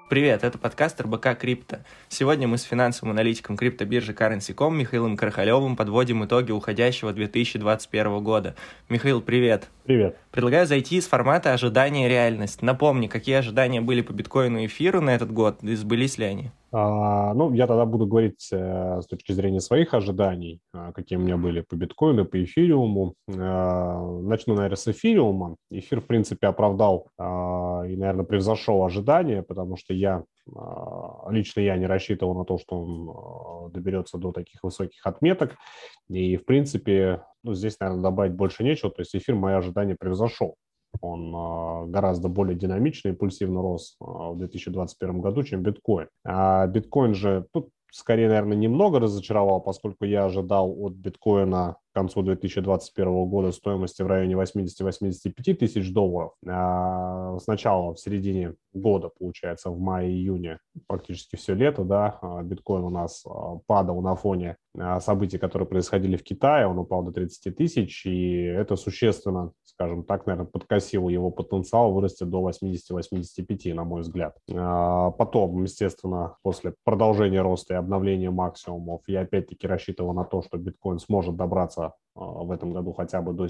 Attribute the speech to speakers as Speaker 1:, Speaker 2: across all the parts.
Speaker 1: Привет, это подкаст РБК Крипто. Сегодня мы с финансовым аналитиком криптобиржи Currency.com Михаилом Крахалевым подводим итоги уходящего 2021 года. Михаил, привет.
Speaker 2: Привет.
Speaker 1: Предлагаю зайти из формата ожидания и реальность. Напомни, какие ожидания были по биткоину и эфиру на этот год, и сбылись ли они?
Speaker 2: Я тогда буду говорить с точки зрения своих ожиданий, какие у меня были по биткоину, по эфириуму. Начну, наверное, с эфириума. Эфир, в принципе, оправдал и, наверное, превзошел ожидания, потому что лично я не рассчитывал на то, что он доберется до таких высоких отметок. И, в принципе, здесь, наверное, добавить больше нечего. То есть эфир мои ожидания превзошел. Он гораздо более динамично и импульсивно рос в 2021 году, чем биткоин. А биткоин же тут скорее, наверное, немного разочаровал, поскольку я ожидал от биткоина к концу 2021 года стоимости в районе 80-85 тысяч долларов. Сначала в середине года, получается, в мае-июне, практически все лето, да, биткоин у нас падал на фоне событий, которые происходили в Китае, он упал до 30 тысяч, и это существенно, скажем так, наверное, подкосило его потенциал вырасти до 80-85, на мой взгляд. Потом, естественно, после продолжения роста и обновления максимумов, я опять-таки рассчитывал на то, что биткоин сможет добраться в этом году хотя бы до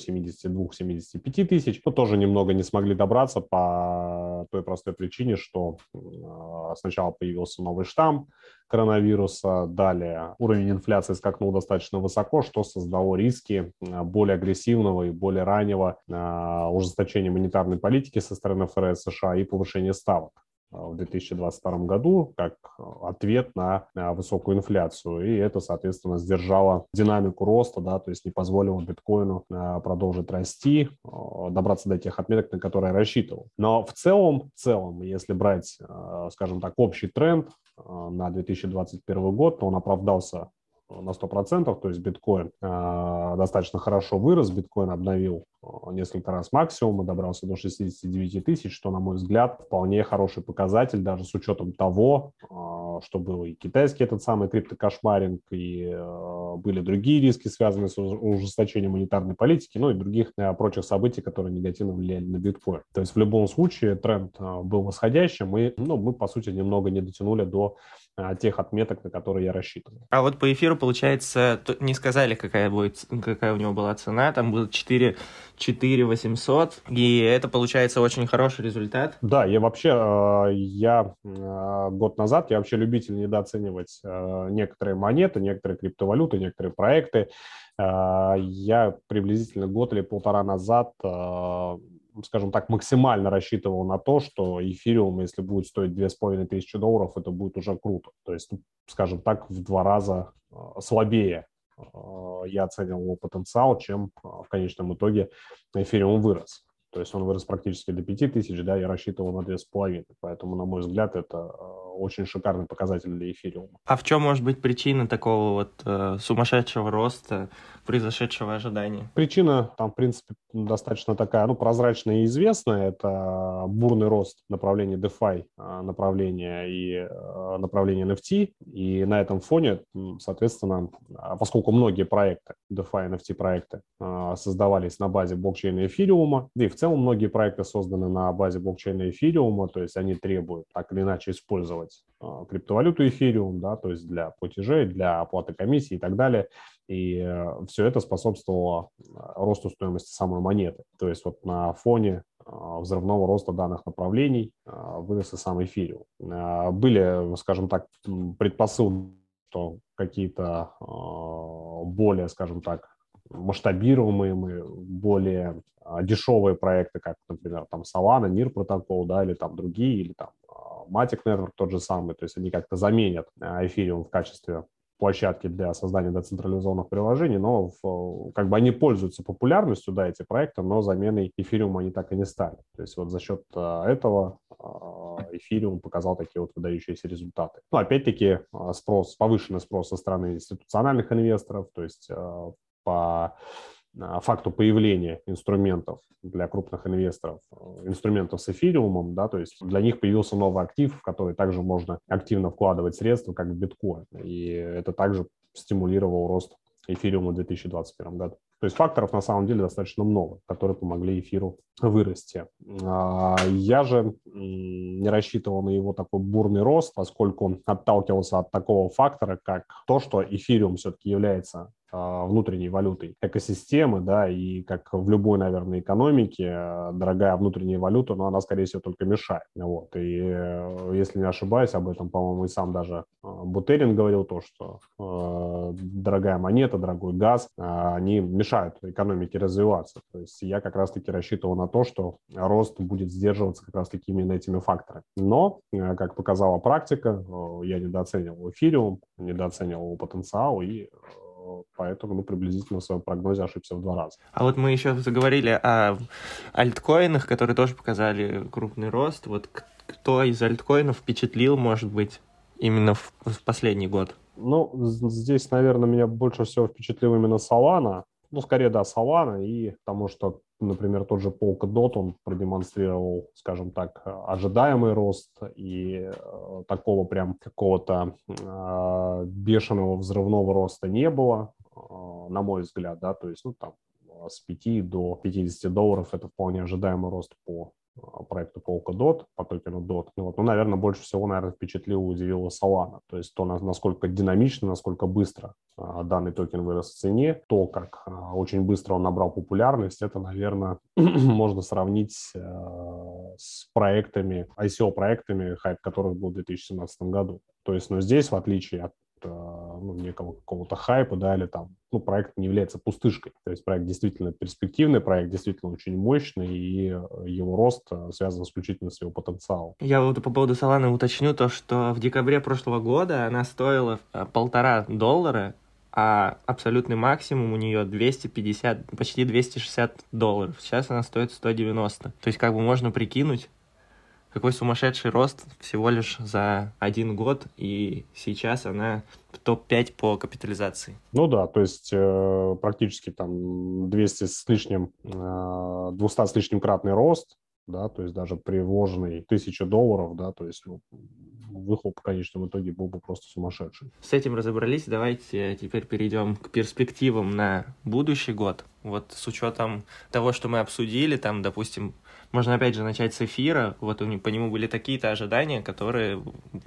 Speaker 2: 72-75 тысяч, но тоже немного не смогли добраться по той простой причине, что сначала появился новый штамм коронавируса, далее уровень инфляции скакнул достаточно высоко, что создало риски более агрессивного и более раннего ужесточения монетарной политики со стороны ФРС США и повышения ставок в 2022 году как ответ на высокую инфляцию. И это, соответственно, сдержало динамику роста, да, то есть не позволило биткоину продолжить расти, добраться до тех отметок, на которые я рассчитывал. Но в целом, если брать, скажем так, общий тренд на 2021 год, то он оправдался на 100%, то есть биткоин достаточно хорошо вырос, биткоин обновил несколько раз максимум и добрался до 69 тысяч, что, на мой взгляд, вполне хороший показатель, даже с учетом того, что был и китайский этот самый криптокошмаринг, и были другие риски, связанные с ужесточением монетарной политики, ну и других прочих событий, которые негативно влияли на биткоин. То есть в любом случае тренд был восходящим, и мы, по сути, немного не дотянули до тех отметок, на которые я рассчитывал.
Speaker 1: А вот по эфиру, получается, не сказали, какая у него была цена, там было 4 800, и это, получается, очень хороший результат.
Speaker 2: Да, год назад, я вообще любитель недооценивать некоторые монеты, некоторые криптовалюты, некоторые проекты. Я приблизительно год или полтора назад, скажем так, максимально рассчитывал на то, что эфириум, если будет стоить $2500, это будет уже круто. То есть, скажем так, в 2 раза слабее я оценивал его потенциал, чем в конечном итоге эфириум вырос. То есть он вырос практически до 5000, да, я рассчитывал на 2,5. Поэтому, на мой взгляд, это очень шикарный показатель для эфириума.
Speaker 1: А в чем может быть причина такого сумасшедшего роста, произошедшего ожидания?
Speaker 2: Причина там, в принципе, достаточно такая, прозрачная и известная. Это бурный рост направления DeFi, направления и направления NFT. И на этом фоне, соответственно, поскольку многие проекты, DeFi и NFT проекты, создавались на базе блокчейна эфириума, да и в целом многие проекты созданы на базе блокчейна эфириума, то есть они требуют так или иначе использовать криптовалюту эфириум, да, то есть для платежей, для оплаты комиссий и так далее. И все это способствовало росту стоимости самой монеты. То есть вот на фоне взрывного роста данных направлений вырос и сам эфириум. Были, скажем так, предпосылки, что какие-то более, скажем так, масштабируемые, более дешевые проекты, как, например, там Solana, NIR протокол, да, или там другие, или там Matic Network тот же самый, то есть они как-то заменят эфириум в качестве площадки для создания децентрализованных приложений, но как бы они пользуются популярностью, да, эти проекты, но заменой эфириума они так и не стали. То есть вот за счет этого эфириум показал такие вот выдающиеся результаты. Опять-таки повышенный спрос со стороны институциональных инвесторов, то есть по факту появления инструментов для крупных инвесторов, инструментов с эфириумом, да, то есть для них появился новый актив, в который также можно активно вкладывать средства, как в биткоин. И это также стимулировало рост эфириума в 2021 году. То есть факторов на самом деле достаточно много, которые помогли эфиру вырасти. Я же не рассчитывал на его такой бурный рост, поскольку он отталкивался от такого фактора, как то, что эфириум все-таки является внутренней валютой экосистемы, да, и как в любой, наверное, экономике, дорогая внутренняя валюта, но она, скорее всего, только мешает. Вот. И если не ошибаюсь, об этом, по-моему, и сам даже Бутерин говорил, то, что дорогая монета, дорогой газ, они мешают экономике развиваться. То есть я как раз-таки рассчитывал на то, что рост будет сдерживаться как раз-таки именно этими факторами. Но, как показала практика, я недооценивал эфириум, недооценивал его потенциал, и поэтому приблизительно в своем прогнозе ошибся в 2 раза.
Speaker 1: А вот мы еще заговорили о альткоинах, которые тоже показали крупный рост. Вот кто из альткоинов впечатлил, может быть, именно в последний год?
Speaker 2: Ну, здесь, наверное, меня больше всего впечатлил именно Solana. Ну, скорее, да, Solana, и потому что, например, тот же Polkadot, он продемонстрировал, скажем так, ожидаемый рост, и такого прям какого-то бешеного взрывного роста не было, на мой взгляд, да, то есть, ну, там, с 5 до $50 это вполне ожидаемый рост по проекту Polkadot, по токену DOT. Вот. Ну, наверное, больше всего, наверное, впечатлило, удивило Solana. То есть то, насколько динамично, насколько быстро данный токен вырос в цене, то, как очень быстро он набрал популярность, это, наверное, можно сравнить с проектами, ICO-проектами, хайп которых был в 2017 году. То есть, ну, здесь, в отличие от некого какого-то хайпа, да, или там, ну, проект не является пустышкой. То есть проект действительно перспективный, проект действительно очень мощный, и его рост связан исключительно с его потенциалом.
Speaker 1: Я вот по поводу Solana уточню то, что в декабре прошлого года она стоила $1,5, а абсолютный максимум у нее 250, почти $260. Сейчас она стоит 190. То есть как бы можно прикинуть, какой сумасшедший рост всего лишь за 1 год, и сейчас она в топ-5 по капитализации.
Speaker 2: Ну да, то есть практически там 200 с лишним, 200 с лишним кратный рост, да, то есть даже при вложенной $1000, да, то есть выхлоп в конечном итоге был бы просто сумасшедший.
Speaker 1: С этим разобрались, давайте теперь перейдем к перспективам на будущий год. Вот с учетом того, что мы обсудили, там, допустим, можно опять же начать с эфира, вот по нему были такие-то ожидания, которые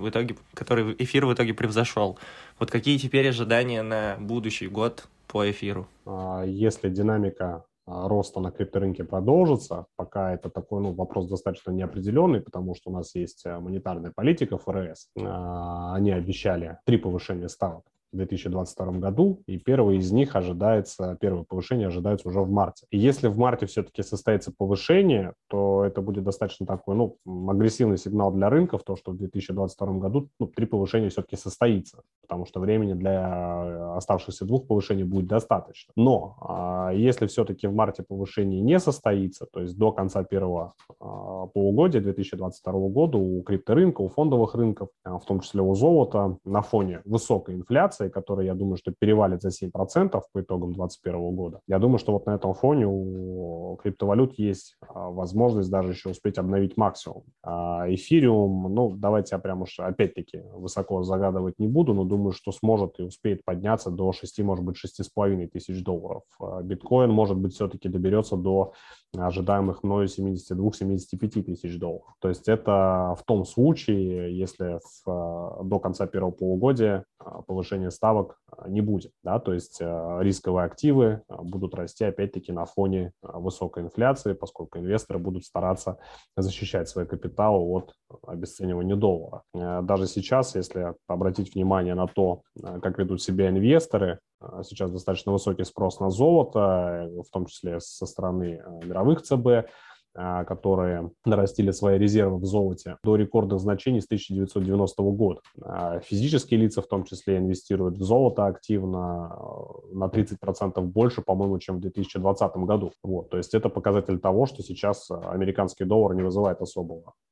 Speaker 1: эфир в итоге превзошел. Вот какие теперь ожидания на будущий год по эфиру?
Speaker 2: Если динамика роста на крипторынке продолжится, пока это такой, ну, вопрос достаточно неопределенный, потому что у нас есть монетарная политика ФРС. Они обещали 3 повышения ставок в 2022 году, и первое повышение ожидается уже в марте. И если в марте все-таки состоится повышение, то это будет достаточно такой, ну, агрессивный сигнал для рынков, то, что в 2022 году 3 повышения все-таки состоится, потому что времени для оставшихся 2 повышений будет достаточно. Но если все-таки в марте повышение не состоится, то есть до конца первого полугодия 2022 года у крипторынка, у фондовых рынков, в том числе у золота, на фоне высокой инфляции, которая, я думаю, что перевалит за 7% по итогам 2021 года. Я думаю, что вот на этом фоне у криптовалют есть возможность даже еще успеть обновить максимум. Эфириум, ну, давайте я прям уж опять-таки высоко загадывать не буду, но думаю, что сможет и успеет подняться до 6, может быть, $6,5 тысяч. Биткоин, может быть, все-таки доберется до ожидаемых мною 72-75 тысяч долларов. То есть это в том случае, если до конца первого полугодия повышения ставок не будет, да, то есть рисковые активы будут расти опять-таки на фоне высокой инфляции, поскольку инвесторы будут стараться защищать свой капитал от обесценивания доллара. Даже сейчас, если обратить внимание на то, как ведут себя инвесторы, сейчас достаточно высокий спрос на золото, в том числе со стороны мировых ЦБ, которые нарастили свои резервы в золоте до рекордных значений с 1990 года. Физические лица в том числе инвестируют в золото активно на 30% больше, по-моему, чем в 2020 году. Вот, то есть это показатель того, что сейчас американский доллар не вызывает особого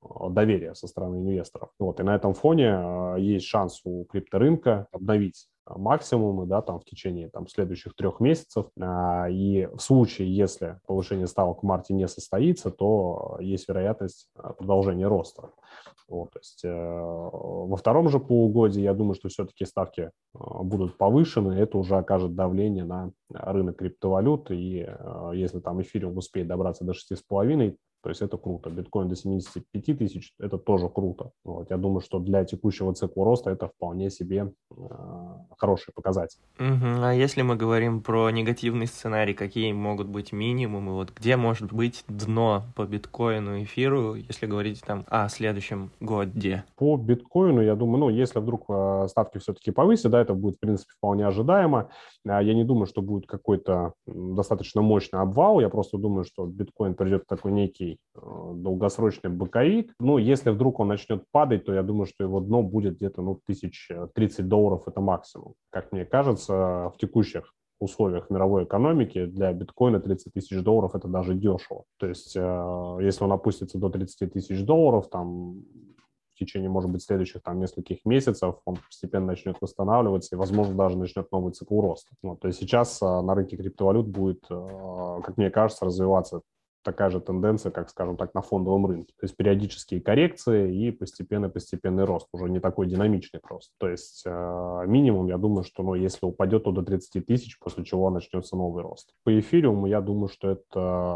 Speaker 2: доверия со стороны инвесторов. Вот, и на этом фоне есть шанс у крипторынка обновить максимумы, да, там в течение там следующих 3 месяцев. И в случае, если повышение ставок в марте не состоится, то есть вероятность продолжения роста. Вот, то есть во втором же полугодии, я думаю, что все-таки ставки будут повышены, это уже окажет давление на рынок криптовалют, и если там эфириум успеет добраться до 6,5, то есть это круто. Биткоин до 75 тысяч – это тоже круто. Вот. Я думаю, что для текущего цикла роста это вполне себе хороший показатель.
Speaker 1: А если мы говорим про негативный сценарий, какие могут быть минимумы? Вот где может быть дно по биткоину и эфиру, если говорить там о следующем годе?
Speaker 2: По биткоину, я думаю, если вдруг ставки все-таки повысят, да, это будет, в принципе, вполне ожидаемо. Я не думаю, что будет какой-то достаточно мощный обвал. Я просто думаю, что биткоин придет в такой некий долгосрочный боковик. Если вдруг он начнет падать, то я думаю, что его дно будет где-то $1030 это максимум. Как мне кажется, в текущих условиях мировой экономики для биткоина $30 000 это даже дешево. То есть если он опустится до $30 000, там в течение, может быть, следующих там нескольких месяцев он постепенно начнет восстанавливаться и, возможно, даже начнет новый цикл роста. То есть сейчас на рынке криптовалют будет, как мне кажется, развиваться такая же тенденция, как, скажем так, на фондовом рынке. То есть периодические коррекции и постепенный рост, уже не такой динамичный рост. То есть минимум, я думаю, что если упадет, то до 30 тысяч, после чего начнется новый рост. По эфириуму, я думаю, что это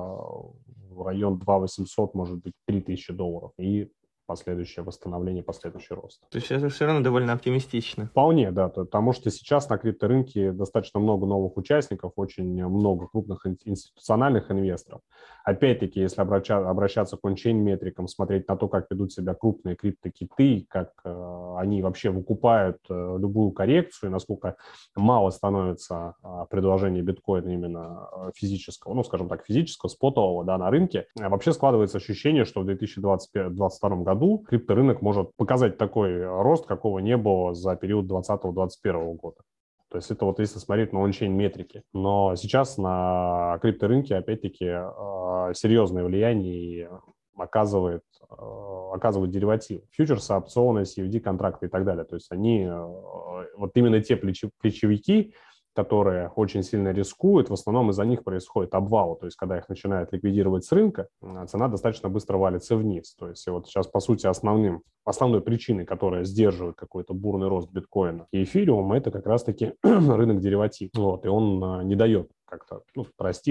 Speaker 2: в район 2800, может быть, $3000 и последующее восстановление, последующий рост.
Speaker 1: То есть это все равно довольно оптимистично.
Speaker 2: Вполне, да, потому что сейчас на крипторынке достаточно много новых участников, очень много крупных институциональных инвесторов. Опять-таки, если обращаться к ончейн-метрикам, смотреть на то, как ведут себя крупные криптокиты, как они вообще выкупают любую коррекцию, и насколько мало становится предложений биткоина именно физического, скажем так, физического, спотового, да, на рынке, вообще складывается ощущение, что в 2022 году крипторынок может показать такой рост, какого не было за период 2020-2021 года. То есть это если смотреть на ончейн-метрики. Но сейчас на крипторынке, опять-таки, серьезное влияние оказывают деривативы. Фьючерсы, опционы, CFD-контракты и так далее. То есть они, вот именно те плечевики, которые очень сильно рискуют, в основном из-за них происходит обвал. То есть когда их начинают ликвидировать с рынка, цена достаточно быстро валится вниз. То есть вот сейчас, по сути, основной причиной, которая сдерживает какой-то бурный рост биткоина и эфириума, это как раз-таки рынок дериватив. И он не дает как-то расти,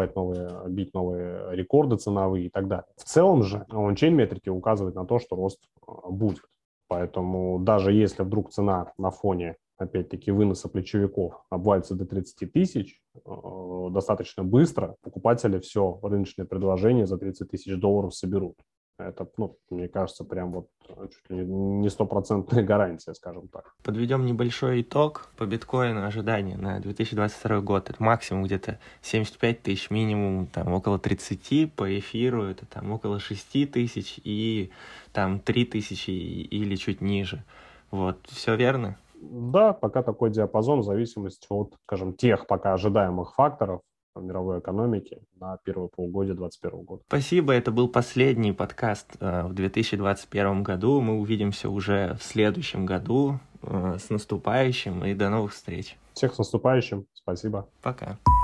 Speaker 2: бить новые рекорды ценовые и так далее. В целом же ончейн-метрики указывают на то, что рост будет. Поэтому даже если вдруг цена на фоне опять-таки выноса плечевиков обвалится до 30 тысяч, достаточно быстро покупатели все рыночное предложение за $30 000 соберут. Это, мне кажется, прям чуть ли не стопроцентная гарантия, скажем так.
Speaker 1: Подведем небольшой итог по биткоину ожидания на 2022 год. Это максимум где-то 75 тысяч, минимум там около 30, по эфиру это там около 6 тысяч и там 3 тысячи или чуть ниже. Вот, все верно?
Speaker 2: Да, пока такой диапазон в зависимости от, скажем, тех пока ожидаемых факторов в мировой экономике на первое полугодие 2021 года.
Speaker 1: Спасибо, это был последний подкаст в 2021 году. Мы увидимся уже в следующем году. С наступающим и до новых встреч.
Speaker 2: Всех с наступающим. Спасибо.
Speaker 1: Пока.